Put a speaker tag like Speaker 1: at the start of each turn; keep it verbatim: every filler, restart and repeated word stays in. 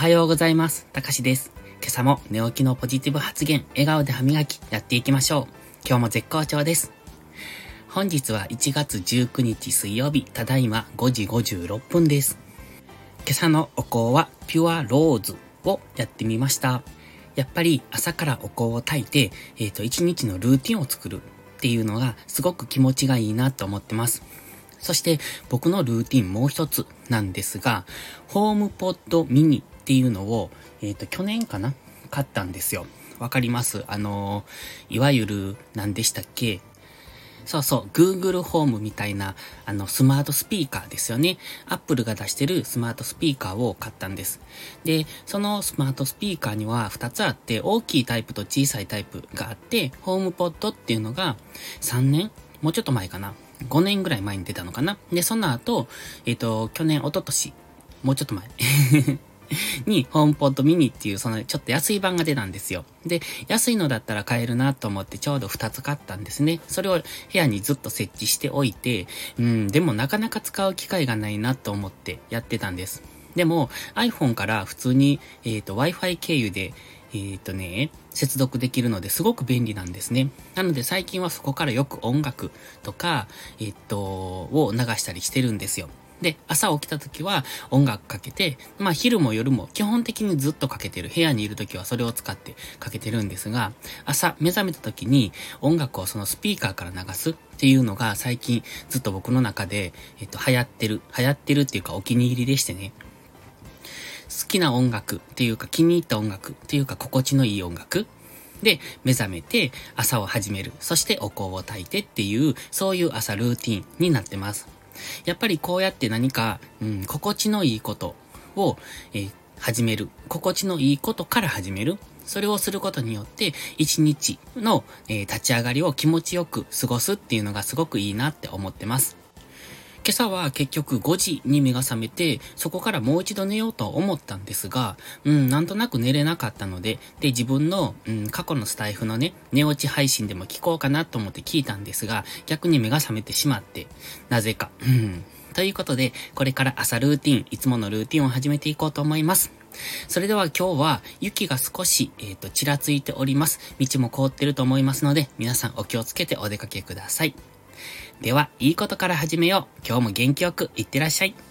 Speaker 1: はようございます。たかしです。今朝も寝起きのポジティブ発言、笑顔で歯磨きやっていきましょう。今日も絶好調です。本日はいちがつじゅうくにち水曜日、ただいまごじごじゅうろっぷんです。今朝のお香はピュアローズをやってみました。やっぱり朝からお香を焚いて、えっと、一日のルーティンを作るっていうのがすごく気持ちがいいなと思ってます。そして僕のルーティンもう一つなんですが、ホームポットミニっていうのを、えっと、去年かな買ったんですよ。わかります？あのー、いわゆる、何でしたっけ？そうそう、Google ホームみたいな、あの、スマートスピーカーですよね。Apple が出してるスマートスピーカーを買ったんです。で、そのスマートスピーカーにはふたつあって、大きいタイプと小さいタイプがあって、ホームポットっていうのがさんねんもうちょっと前かな。ごねんぐらい前に出たのかな。で、その後、えっと、去年、一昨年もうちょっと前に、ホームポットミニっていう、そのちょっと安い版が出たんですよ。で、安いのだったら買えるなと思ってちょうどふたつ買ったんですね。それを部屋にずっと設置しておいて、うん、でもなかなか使う機会がないなと思ってやってたんです。でも、iPhone から普通に、えっと、Wi-Fi 経由で、えっとね、接続できるのですごく便利なんですね。なので最近はそこからよく音楽とか、えっと、を流したりしてるんですよ。で、朝起きた時は音楽かけて、まあ昼も夜も基本的にずっとかけてる。部屋にいる時はそれを使ってかけてるんですが、朝目覚めた時に音楽をそのスピーカーから流すっていうのが最近ずっと僕の中で、えっと、流行ってる。流行ってるっていうかお気に入りでしてね。好きな音楽っていうか気に入った音楽っていうか心地のいい音楽で目覚めて朝を始める。そしてお香を焚いてっていう、そういう朝ルーティンになってます。やっぱりこうやって何か、うん、心地のいいことを、えー、始める。心地のいいことから始める。それをすることによって、一日の、えー、立ち上がりを気持ちよく過ごすっていうのがすごくいいなって思ってます。今朝は結局ごじに目が覚めて、そこからもう一度寝ようと思ったんですが、うん、なんとなく寝れなかったので、で、自分の、うん、過去のスタイフのね、寝落ち配信でも聞こうかなと思って聞いたんですが、逆に目が覚めてしまって、なぜか。うん。ということで、これから朝ルーティン、いつものルーティンを始めていこうと思います。それでは今日は雪が少し、えっと、ちらついております。道も凍ってると思いますので、皆さんお気をつけてお出かけください。では、いいことから始めよう。今日も元気よくいってらっしゃい。